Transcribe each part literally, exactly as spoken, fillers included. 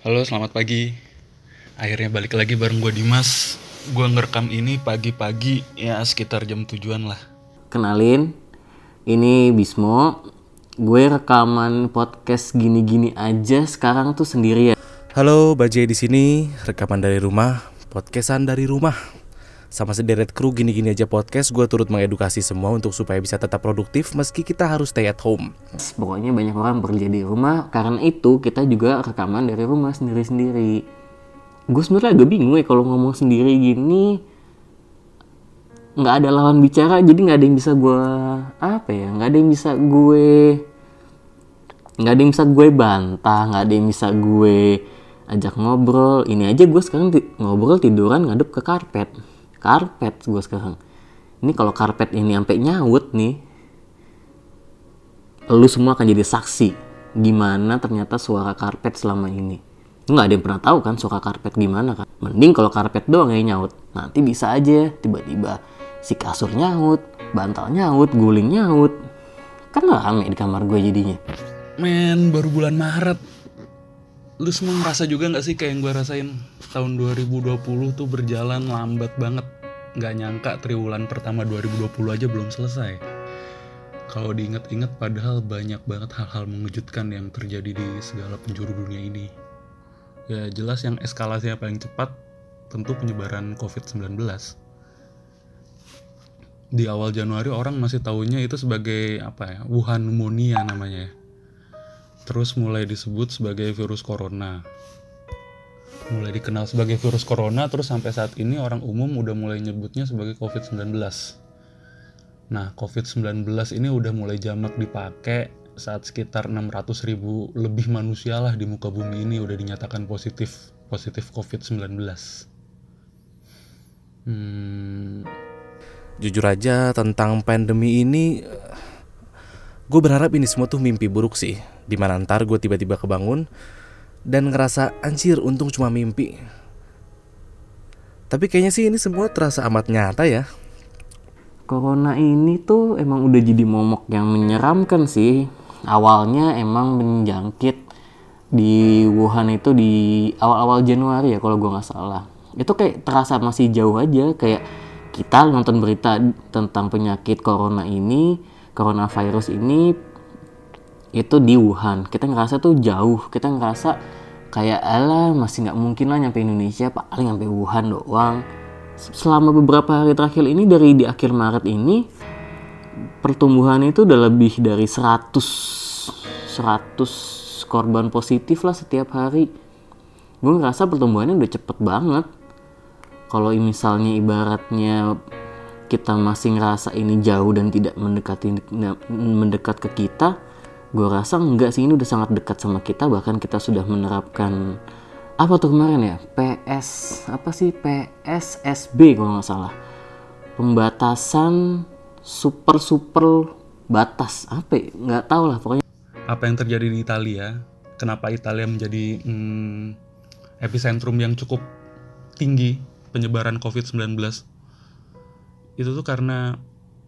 Halo, selamat pagi. Akhirnya balik lagi bareng gue Dimas. Gue ngerekam ini pagi-pagi, ya sekitar jam tujuan lah. Kenalin, ini Bismo. Gue rekaman podcast gini-gini aja sekarang tuh sendirian. Halo, Bajai di sini, rekaman dari rumah, podcastan dari rumah. Sama sederet kru gini-gini aja podcast, gue turut mengedukasi semua untuk supaya bisa tetap produktif meski kita harus stay at home. Pokoknya banyak orang bekerja di rumah, karena itu kita juga rekaman dari rumah sendiri-sendiri. Gue sebenarnya agak bingung ya kalau ngomong sendiri gini, nggak ada lawan bicara, jadi nggak ada yang bisa gue apa ya, nggak ada yang bisa gue nggak ada yang bisa gue bantah, nggak ada yang bisa gue ajak ngobrol. Ini aja gue sekarang ti- ngobrol tiduran ngadep ke karpet. Karpet gue sekarang. Ini kalau karpet ini sampai nyaut nih, lu semua akan jadi saksi gimana ternyata suara karpet selama ini. Nggak ada yang pernah tahu kan suara karpet gimana kan. Mending kalau karpet doang yang nyaut. Nanti bisa aja tiba-tiba si kasur nyaut, bantal nyaut, guling nyaut. Kan rame di kamar gue jadinya. Men, baru bulan Maret. Lu semua ngerasa juga gak sih kayak yang gue rasain? Tahun dua ribu dua puluh tuh berjalan lambat banget. Gak nyangka triwulan pertama dua ribu dua puluh aja belum selesai. Kalau diinget-inget padahal banyak banget hal-hal mengejutkan yang terjadi di segala penjuru dunia ini. Ya jelas yang eskalasinya paling cepat tentu penyebaran covid sembilan belas. Di awal Januari orang masih taunya itu sebagai apa ya, Wuhan pneumonia namanya ya. Terus mulai disebut sebagai virus corona. Mulai dikenal sebagai virus corona, terus sampai saat ini orang umum udah mulai nyebutnya sebagai covid sembilan belas. Nah, covid sembilan belas ini udah mulai jamak dipakai saat sekitar enam ratus ribu lebih manusia lah di muka bumi ini udah dinyatakan positif positif covid sembilan belas. Hmm, Jujur aja tentang pandemi ini, gue berharap ini semua tuh mimpi buruk sih. Dimana ntar gue tiba-tiba kebangun dan ngerasa anjir untung cuma mimpi. Tapi kayaknya sih ini semua terasa amat nyata ya. Corona ini tuh emang udah jadi momok yang menyeramkan sih. Awalnya emang menjangkit di Wuhan itu di awal-awal Januari ya kalau gue nggak salah. Itu kayak terasa masih jauh aja, kayak kita nonton berita tentang penyakit corona ini, coronavirus ini itu di Wuhan. Kita ngerasa tuh jauh, kita ngerasa kayak alah masih nggak mungkin lah nyampe Indonesia, paling nyampe Wuhan doang. Selama beberapa hari terakhir ini, dari di akhir Maret ini, pertumbuhan itu udah lebih dari seratus korban positif lah setiap hari. Gue ngerasa pertumbuhannya udah cepet banget. Kalau misalnya ibaratnya kita masih ngerasa ini jauh dan tidak mendekati mendekat ke kita, gue rasa enggak sih, ini udah sangat dekat sama kita. Bahkan kita sudah menerapkan apa tuh kemarin ya, P S apa sih P S S B kalau nggak salah, pembatasan super super batas apa ya? Nggak tahu lah pokoknya. apa yang terjadi di Italia? Kenapa Italia menjadi hmm, epicentrum yang cukup tinggi penyebaran covid sembilan belas? Itu tuh karena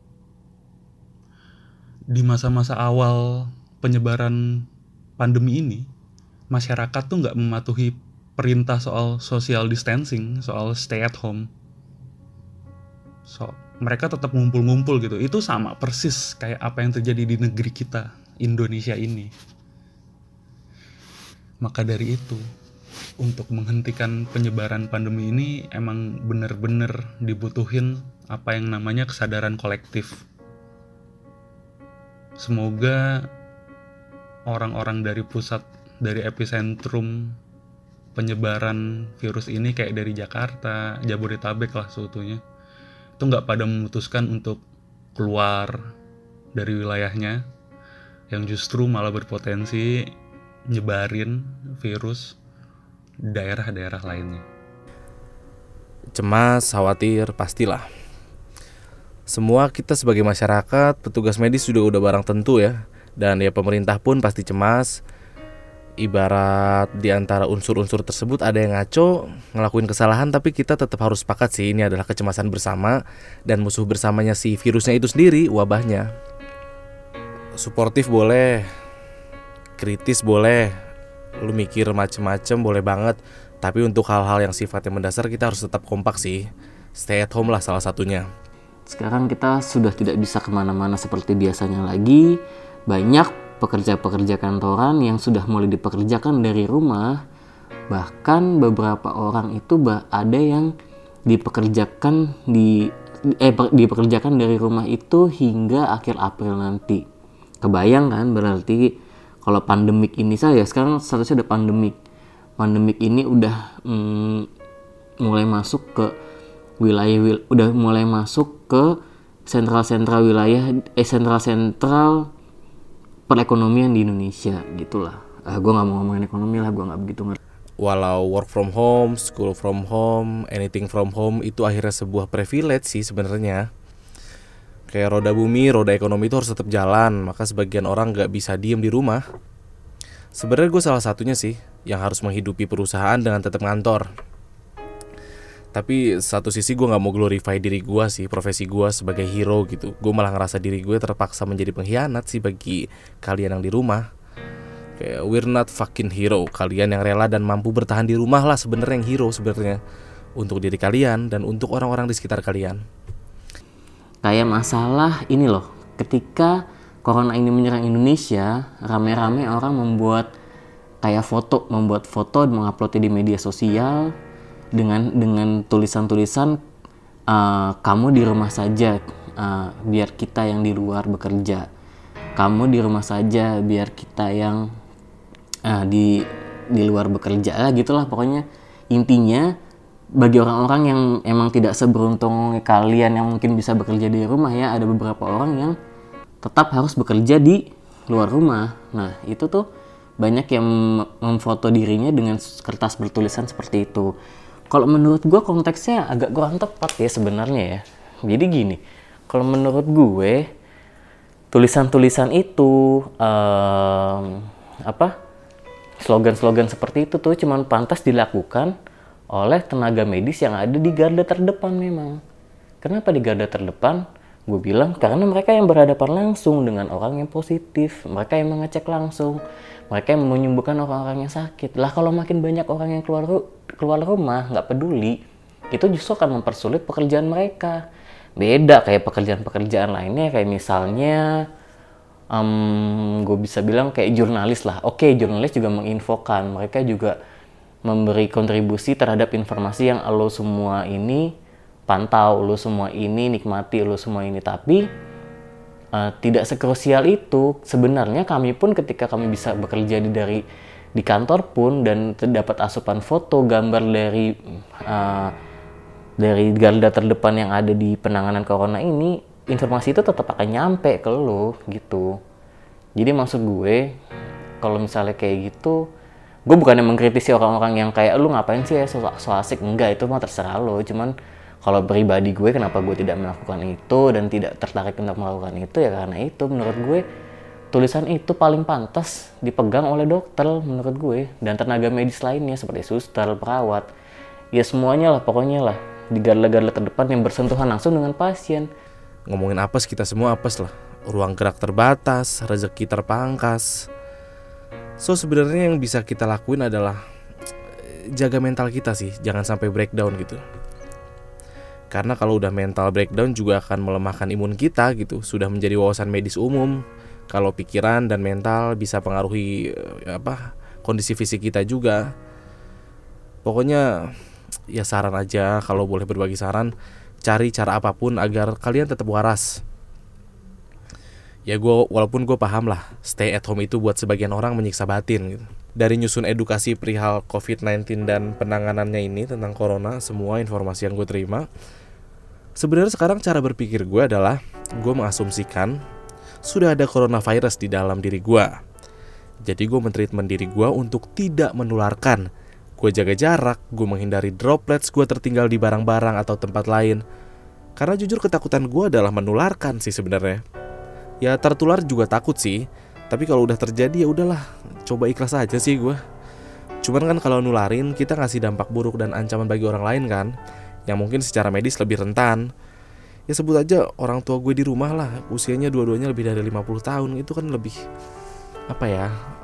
di masa-masa awal penyebaran pandemi ini, masyarakat tuh nggak mematuhi perintah soal social distancing, soal stay at home. So, mereka tetap ngumpul-ngumpul gitu. Itu sama persis kayak apa yang terjadi di negeri kita, Indonesia ini. Maka dari itu, untuk menghentikan penyebaran pandemi ini emang bener-bener dibutuhin apa yang namanya kesadaran kolektif. Semoga orang-orang dari pusat, dari epicentrum penyebaran virus ini kayak dari Jakarta, Jabodetabek lah seutuhnya, itu nggak pada memutuskan untuk keluar dari wilayahnya, yang justru malah berpotensi nyebarin virus daerah-daerah lainnya. Cemas, khawatir, pastilah. Semua kita sebagai masyarakat, petugas medis juga udah barang tentu ya. Dan ya pemerintah pun pasti cemas. Ibarat di antara unsur-unsur tersebut ada yang ngaco, ngelakuin kesalahan, tapi kita tetap harus sepakat sih ini adalah kecemasan bersama. Dan musuh bersamanya si virusnya itu sendiri, wabahnya. Suportif boleh, kritis boleh, Lu mikir macem-macem boleh banget, tapi untuk hal-hal yang sifatnya mendasar kita harus tetap kompak sih. Stay at home lah salah satunya. Sekarang kita sudah tidak bisa kemana-mana seperti biasanya lagi. Banyak pekerja-pekerja kantoran yang sudah mulai dipekerjakan dari rumah. Bahkan beberapa orang itu ada yang dipekerjakan di eh dipekerjakan dari rumah itu hingga akhir April nanti. Kebayang kan, berarti kalau pandemik ini saja, sekarang statusnya udah pandemik. Pandemik ini udah mm, mulai masuk ke wilayah wil, udah mulai masuk ke sentral-sentral wilayah eh sentral-sentral perekonomian di Indonesia gitulah. Ah, gue nggak mau ngomongin ekonomi lah, gue nggak begitu ngerti. Walau work from home, school from home, anything from home itu akhirnya sebuah privilege sih sebenarnya. Kayak roda bumi, roda ekonomi itu harus tetap jalan, maka sebagian orang gak bisa diem di rumah. Sebenarnya gue salah satunya sih yang harus menghidupi perusahaan dengan tetap ngantor. Tapi satu sisi gue gak mau glorify diri gue sih, profesi gue sebagai hero gitu. Gue malah ngerasa diri gue terpaksa menjadi pengkhianat sih bagi kalian yang di rumah. Kayak we're not fucking hero. Kalian yang rela dan mampu bertahan di rumah lah sebenarnya yang hero sebenarnya. Untuk diri kalian dan untuk orang-orang di sekitar kalian. Kayak masalah ini loh, ketika corona ini menyerang Indonesia, rame-rame orang membuat kayak foto, membuat foto, menguploadnya di media sosial dengan dengan tulisan-tulisan uh, kamu di rumah saja, uh, biar kita yang di luar bekerja. Kamu di rumah saja, biar kita yang uh, di di luar bekerja lah gitulah pokoknya. Intinya bagi orang-orang yang emang tidak seberuntung kalian yang mungkin bisa bekerja di rumah ya, ada beberapa orang yang tetap harus bekerja di luar rumah. Nah itu tuh banyak yang memfoto dirinya dengan kertas bertulisan seperti itu. Kalau menurut gue konteksnya agak kurang tepat ya sebenarnya ya. Jadi gini, kalau menurut gue tulisan-tulisan itu um, apa slogan-slogan seperti itu tuh cuman pantas dilakukan oleh tenaga medis yang ada di garda terdepan memang. Kenapa di garda terdepan? Gue bilang karena mereka yang berhadapan langsung dengan orang yang positif, mereka yang mengecek langsung, mereka yang menyembuhkan orang-orang yang sakit. Lah kalau makin banyak orang yang keluar keluar rumah nggak peduli, itu justru akan mempersulit pekerjaan mereka. Beda kayak pekerjaan-pekerjaan lainnya, kayak misalnya um, gue bisa bilang kayak jurnalis lah. Oke, jurnalis juga menginfokan, mereka juga memberi kontribusi terhadap informasi yang lo semua ini pantau, lo semua ini nikmati, lo semua ini. Tapi uh, tidak sekrusial itu. Sebenarnya kami pun ketika kami bisa bekerja di dari di kantor pun dan terdapat asupan foto, gambar dari uh, dari garda terdepan yang ada di penanganan corona ini, informasi itu tetap akan nyampe ke lo gitu. Jadi maksud gue kalau misalnya kayak gitu, gue bukannya mengkritisi orang-orang yang kayak lu ngapain sih ya so, so asik, enggak, itu mah terserah lo. Cuman kalau pribadi gue kenapa gue tidak melakukan itu dan tidak tertarik untuk melakukan itu ya karena itu menurut gue tulisan itu paling pantas dipegang oleh dokter menurut gue dan tenaga medis lainnya seperti suster, perawat, ya semuanya lah pokoknya lah di garda-garda terdepan yang bersentuhan langsung dengan pasien. Ngomongin apes kita semua apes lah, ruang gerak terbatas, rezeki terpangkas. So sebenarnya yang bisa kita lakuin adalah jaga mental kita sih, jangan sampai breakdown gitu. Karena kalau udah mental breakdown juga akan melemahkan imun kita gitu. Sudah menjadi wawasan medis umum kalau pikiran dan mental bisa pengaruhi apa kondisi fisik kita juga. Pokoknya ya saran aja, kalau boleh berbagi saran, cari cara apapun agar kalian tetap waras. Ya gue, walaupun gue paham lah, stay at home itu buat sebagian orang menyiksa batin gitu. Dari nyusun edukasi perihal covid sembilan belas dan penanganannya ini tentang corona, semua informasi yang gue terima, sebenarnya sekarang cara berpikir gue adalah gue mengasumsikan sudah ada coronavirus di dalam diri gue. Jadi gue mentreatment diri gue untuk tidak menularkan. Gue jaga jarak, gue menghindari droplets gue tertinggal di barang-barang atau tempat lain. Karena jujur ketakutan gue adalah menularkan sih sebenarnya. Ya tertular juga takut sih, tapi kalau udah terjadi ya udahlah, coba ikhlas aja sih gue. Cuman kan kalau nularin kita ngasih dampak buruk dan ancaman bagi orang lain kan, yang mungkin secara medis lebih rentan. Ya sebut aja orang tua gue di rumah lah, usianya dua-duanya lebih dari lima puluh tahun, itu kan lebih apa ya,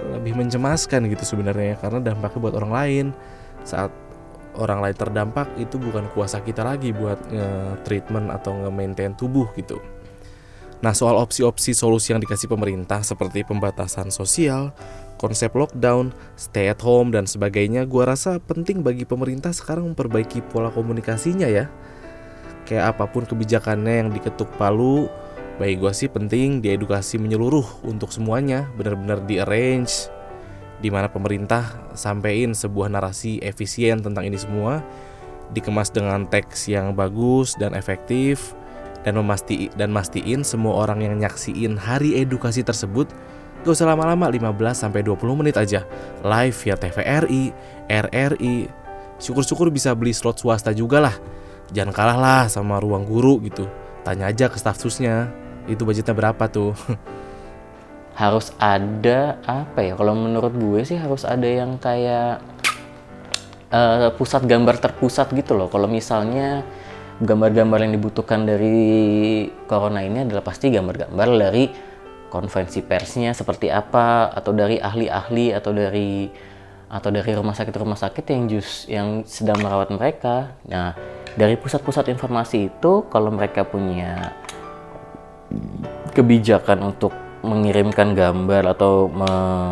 lebih mencemaskan gitu sebenarnya, karena dampaknya buat orang lain. Saat orang lain terdampak, itu bukan kuasa kita lagi buat nge-treatment atau nge-maintain tubuh gitu. Nah, soal opsi-opsi solusi yang dikasih pemerintah seperti pembatasan sosial, konsep lockdown, stay at home, dan sebagainya, gua rasa penting bagi pemerintah sekarang memperbaiki pola komunikasinya ya. Kayak apapun kebijakannya yang diketuk palu, bagi gua sih penting diedukasi menyeluruh untuk semuanya, benar-benar di-arrange, di mana pemerintah sampein sebuah narasi efisien tentang ini semua, dikemas dengan teks yang bagus dan efektif, dan memasti dan mastiin semua orang yang nyaksiin hari edukasi tersebut gak usah lama-lama, lima belas sampai dua puluh menit aja live via T V R I, R R I. Syukur-syukur bisa beli slot swasta juga lah. Jangan kalah lah sama Ruang Guru gitu. Tanya aja ke staf susnya, itu budgetnya berapa tuh. Harus ada apa ya, kalau menurut gue sih harus ada yang kayak uh, pusat gambar terpusat gitu loh. Kalau misalnya gambar-gambar yang dibutuhkan dari corona ini adalah pasti gambar-gambar dari konferensi persnya seperti apa, atau dari ahli-ahli, atau dari atau dari rumah sakit-rumah sakit yang jus yang sedang merawat mereka. Nah, dari pusat-pusat informasi itu, kalau mereka punya kebijakan untuk mengirimkan gambar atau me,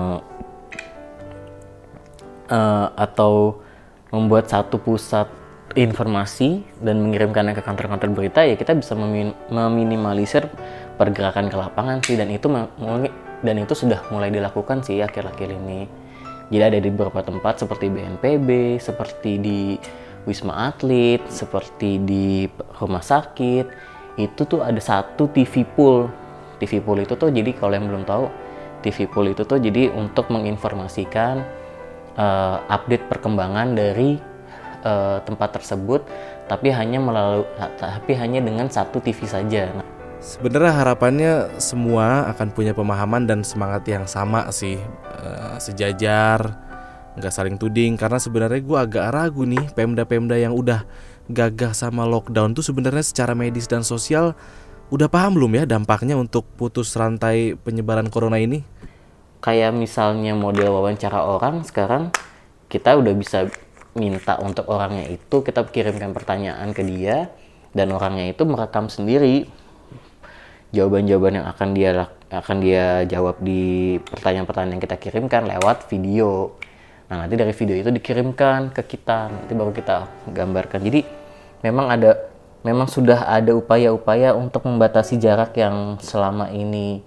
uh, atau membuat satu pusat informasi dan mengirimkannya ke kantor-kantor berita, ya kita bisa memin- meminimalisir pergerakan ke lapangan sih, dan itu mulai, dan itu sudah mulai dilakukan sih akhir-akhir ini. Jadi ada di beberapa tempat seperti B N P B, seperti di Wisma Atlet, seperti di rumah sakit, itu tuh ada satu T V pool. T V pool itu tuh jadi, kalau yang belum tahu, T V pool itu tuh jadi untuk menginformasikan uh, update perkembangan dari Uh, tempat tersebut, tapi hanya melalui tapi hanya dengan satu T V saja. Nah, sebenarnya harapannya semua akan punya pemahaman dan semangat yang sama sih, uh, sejajar, nggak saling tuding. Karena sebenarnya gue agak ragu nih, pemda-pemda yang udah gagah sama lockdown tuh sebenarnya secara medis dan sosial udah paham belum ya dampaknya untuk putus rantai penyebaran corona ini? Kayak misalnya model wawancara orang, sekarang kita udah bisa minta untuk orangnya itu, kita kirimkan pertanyaan ke dia, dan orangnya itu merekam sendiri jawaban-jawaban yang akan dia akan dia jawab di pertanyaan-pertanyaan yang kita kirimkan lewat video. Nah, nanti dari video itu dikirimkan ke kita, nanti baru kita gambarkan. Jadi memang ada memang sudah ada upaya-upaya untuk membatasi jarak yang selama ini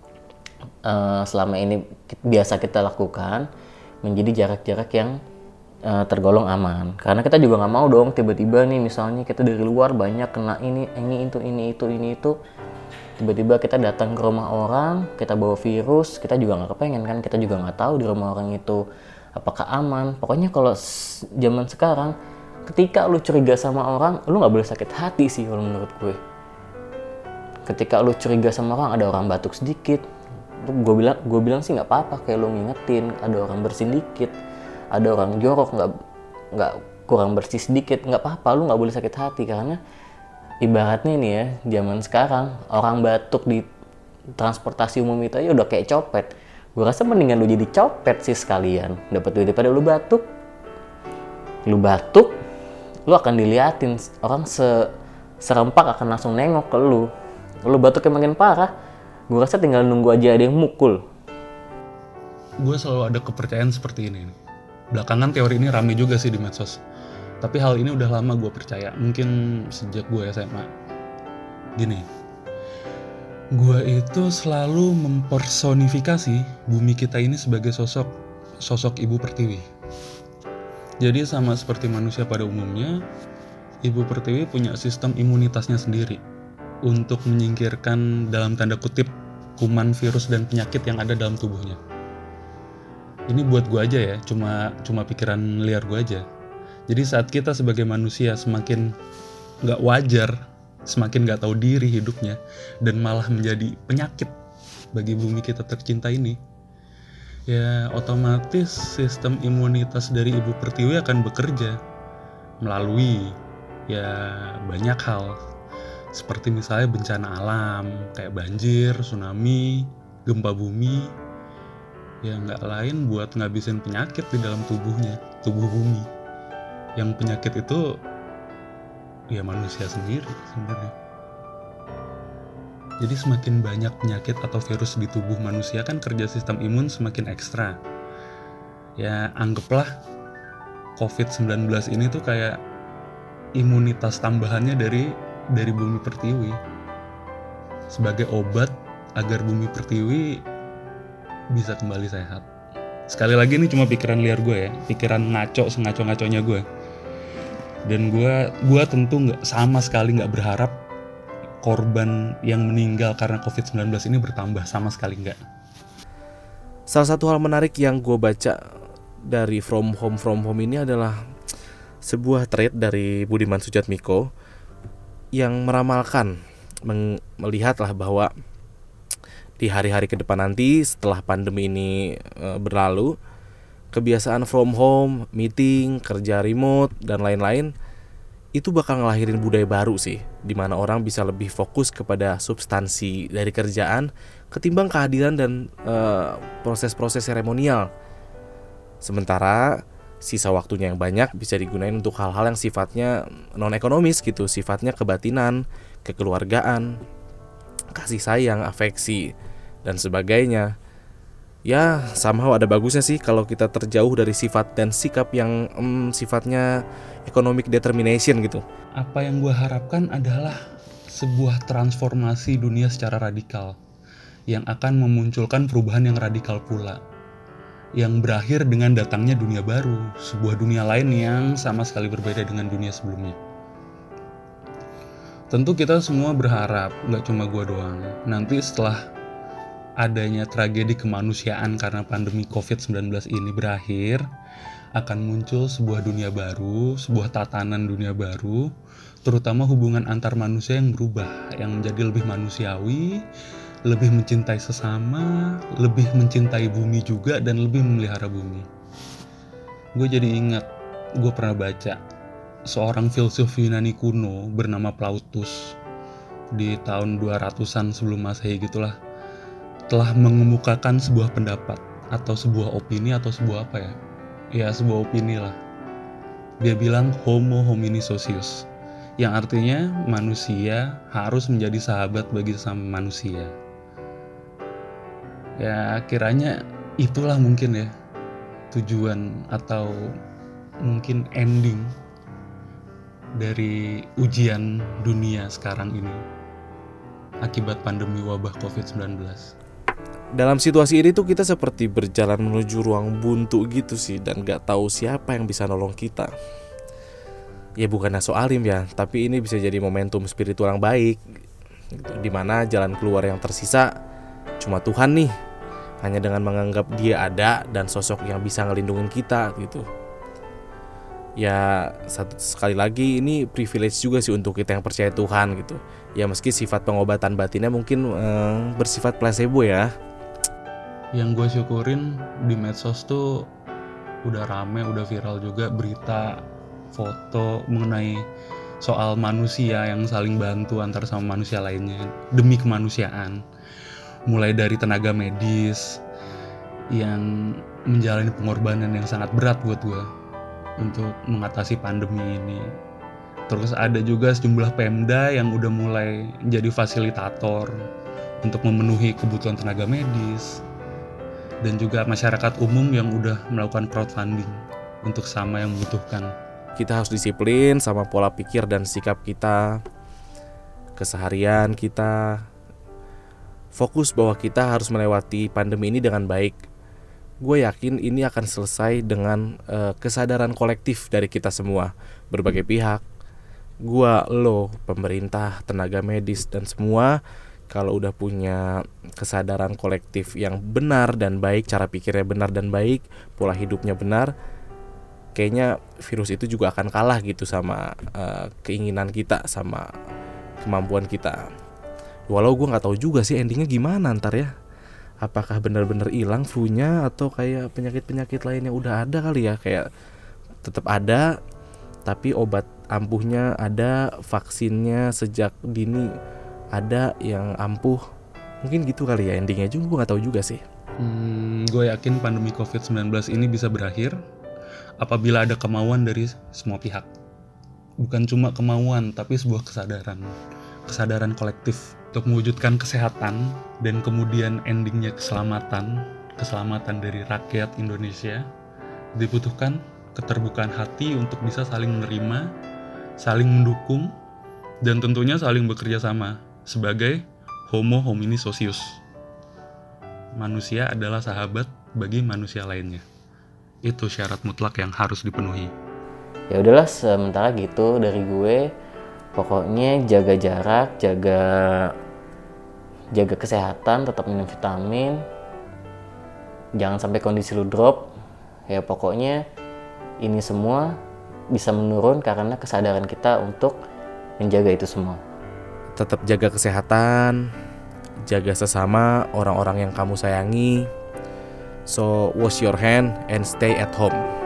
uh, selama ini biasa kita lakukan menjadi jarak-jarak yang Uh, tergolong aman. Karena kita juga nggak mau dong tiba-tiba nih, misalnya kita dari luar banyak kena ini ini itu ini itu ini itu, tiba-tiba kita datang ke rumah orang, kita bawa virus, kita juga nggak kepengen kan, kita juga nggak tahu di rumah orang itu apakah aman. Pokoknya kalau s- zaman sekarang, ketika lu curiga sama orang, lu nggak boleh sakit hati sih kalau menurut gue. Ketika lu curiga sama orang, ada orang batuk sedikit, gue bilang gue bilang sih nggak apa-apa, kayak lu ngingetin ada orang bersin dikit, ada orang jorok nggak nggak kurang bersih sedikit, nggak apa-apa, lu nggak boleh sakit hati. Karena ibaratnya nih ya, zaman sekarang orang batuk di transportasi umum itu aja udah kayak copet. Gue rasa mendingan lu jadi copet sih sekalian, dapat duit daripada lu batuk. Lu batuk, lu akan diliatin orang se serempak, akan langsung nengok ke lu. Lu batuknya makin parah, gue rasa tinggal nunggu aja ada yang mukul. Gue selalu ada kepercayaan seperti ini nih. Belakangan teori ini rame juga sih di medsos. Tapi hal ini udah lama gue percaya, mungkin sejak gue S M A. Gini, gue itu selalu mempersonifikasi bumi kita ini sebagai sosok sosok Ibu Pertiwi. Jadi sama seperti manusia pada umumnya, Ibu Pertiwi punya sistem imunitasnya sendiri untuk menyingkirkan dalam tanda kutip kuman, virus, dan penyakit yang ada dalam tubuhnya. Ini buat gue aja ya, cuma cuma pikiran liar gue aja. Jadi saat kita sebagai manusia semakin gak wajar, semakin gak tahu diri hidupnya, dan malah menjadi penyakit bagi bumi kita tercinta ini, ya otomatis sistem imunitas dari Ibu Pertiwi akan bekerja melalui ya banyak hal. Seperti misalnya bencana alam, kayak banjir, tsunami, gempa bumi, Ya nggak lain buat ngabisin penyakit di dalam tubuhnya, tubuh bumi. Yang penyakit itu ya manusia sendiri sebenarnya. Jadi semakin banyak penyakit atau virus di tubuh manusia kan kerja sistem imun semakin ekstra. Ya anggaplah covid sembilan belas ini tuh kayak imunitas tambahannya dari dari bumi pertiwi. Sebagai obat agar bumi pertiwi bisa kembali sehat. Sekali lagi ini cuma pikiran liar gue ya, pikiran ngaco sengaco-ngaconya gue. Dan gue gue tentu nggak sama sekali nggak berharap korban yang meninggal karena covid sembilan belas ini bertambah, sama sekali nggak. Salah satu hal menarik yang gue baca dari From Home From Home ini adalah sebuah thread dari Budiman Sujatmiko yang meramalkan, meng- melihatlah bahwa di hari-hari ke depan nanti setelah pandemi ini e, berlalu, kebiasaan from home, meeting, kerja remote, dan lain-lain itu bakal ngelahirin budaya baru sih, di mana orang bisa lebih fokus kepada substansi dari kerjaan ketimbang kehadiran dan e, proses-proses seremonial. Sementara sisa waktunya yang banyak bisa digunain untuk hal-hal yang sifatnya non-ekonomis gitu, sifatnya kebatinan, kekeluargaan, kasih sayang, afeksi, dan sebagainya. Ya, somehow ada bagusnya sih kalau kita terjauh dari sifat dan sikap yang mm, sifatnya economic determination gitu. Apa yang gue harapkan adalah sebuah transformasi dunia secara radikal yang akan memunculkan perubahan yang radikal pula, yang berakhir dengan datangnya dunia baru, sebuah dunia lain yang sama sekali berbeda dengan dunia sebelumnya. Tentu kita semua berharap, gak cuma gue doang, nanti setelah adanya tragedi kemanusiaan karena pandemi covid sembilan belas ini berakhir, akan muncul sebuah dunia baru, sebuah tatanan dunia baru, terutama hubungan antar manusia yang berubah, yang menjadi lebih manusiawi, lebih mencintai sesama, lebih mencintai bumi juga, dan lebih memelihara bumi. Gue jadi ingat, gue pernah baca seorang filsuf Yunani kuno bernama Plautus di tahun dua ratusan sebelum Masehi gitulah, telah mengemukakan sebuah pendapat atau sebuah opini atau sebuah apa ya? Ya, sebuah opini lah. Dia bilang homo homini socius, yang artinya manusia harus menjadi sahabat bagi sesama manusia. Ya, kiranya itulah mungkin ya tujuan atau mungkin ending dari ujian dunia sekarang ini akibat pandemi wabah covid sembilan belas. Dalam situasi ini tuh kita seperti berjalan menuju ruang buntu gitu sih, dan gak tahu siapa yang bisa nolong kita. Ya bukannya so alim ya, tapi ini bisa jadi momentum spiritual yang baik gitu, dimana jalan keluar yang tersisa cuma Tuhan nih. Hanya dengan menganggap dia ada dan sosok yang bisa ngelindungin kita gitu. Ya satu, sekali lagi ini privilege juga sih untuk kita yang percaya Tuhan gitu. Ya meski sifat pengobatan batinnya mungkin eh, bersifat placebo ya. Yang gue syukurin di medsos tuh udah rame, udah viral juga berita foto mengenai soal manusia yang saling bantu antar sama manusia lainnya demi kemanusiaan. Mulai dari tenaga medis yang menjalani pengorbanan yang sangat berat buat gue untuk mengatasi pandemi ini. Terus ada juga sejumlah Pemda yang udah mulai jadi fasilitator untuk memenuhi kebutuhan tenaga medis. Dan juga masyarakat umum yang udah melakukan crowdfunding untuk sama yang membutuhkan. Kita harus disiplin sama pola pikir dan sikap kita, keseharian kita. Fokus bahwa kita harus melewati pandemi ini dengan baik. Gue yakin ini akan selesai dengan uh, kesadaran kolektif dari kita semua, berbagai pihak. Gue, lo, pemerintah, tenaga medis, dan semua. Kalau udah punya kesadaran kolektif yang benar dan baik, cara pikirnya benar dan baik, pola hidupnya benar, kayaknya virus itu juga akan kalah gitu sama uh, keinginan kita, sama kemampuan kita. Walau gue nggak tahu juga sih endingnya gimana ntar ya. Apakah benar-benar hilang flu-nya atau kayak penyakit-penyakit lainnya udah ada kali ya, kayak tetap ada tapi obat ampuhnya ada, vaksinnya sejak dini ada yang ampuh. Mungkin gitu kali ya endingnya juga, gue gak tahu juga sih. Hmm, gue yakin pandemi covid sembilan belas ini bisa berakhir apabila ada kemauan dari semua pihak. Bukan cuma kemauan, tapi sebuah kesadaran. Kesadaran kolektif untuk mewujudkan kesehatan dan kemudian endingnya keselamatan. Keselamatan dari rakyat Indonesia. Dibutuhkan keterbukaan hati untuk bisa saling menerima, saling mendukung, dan tentunya saling bekerja sama sebagai homo homini socius. Manusia adalah sahabat bagi manusia lainnya. Itu syarat mutlak yang harus dipenuhi. Ya udahlah, sementara gitu dari gue. Pokoknya jaga jarak, jaga jaga kesehatan, tetap minum vitamin. Jangan sampai kondisi lu drop. Ya pokoknya ini semua bisa menurun karena kesadaran kita untuk menjaga itu semua. Tetap jaga kesehatan, jaga sesama orang-orang yang kamu sayangi. So wash your hand and stay at home.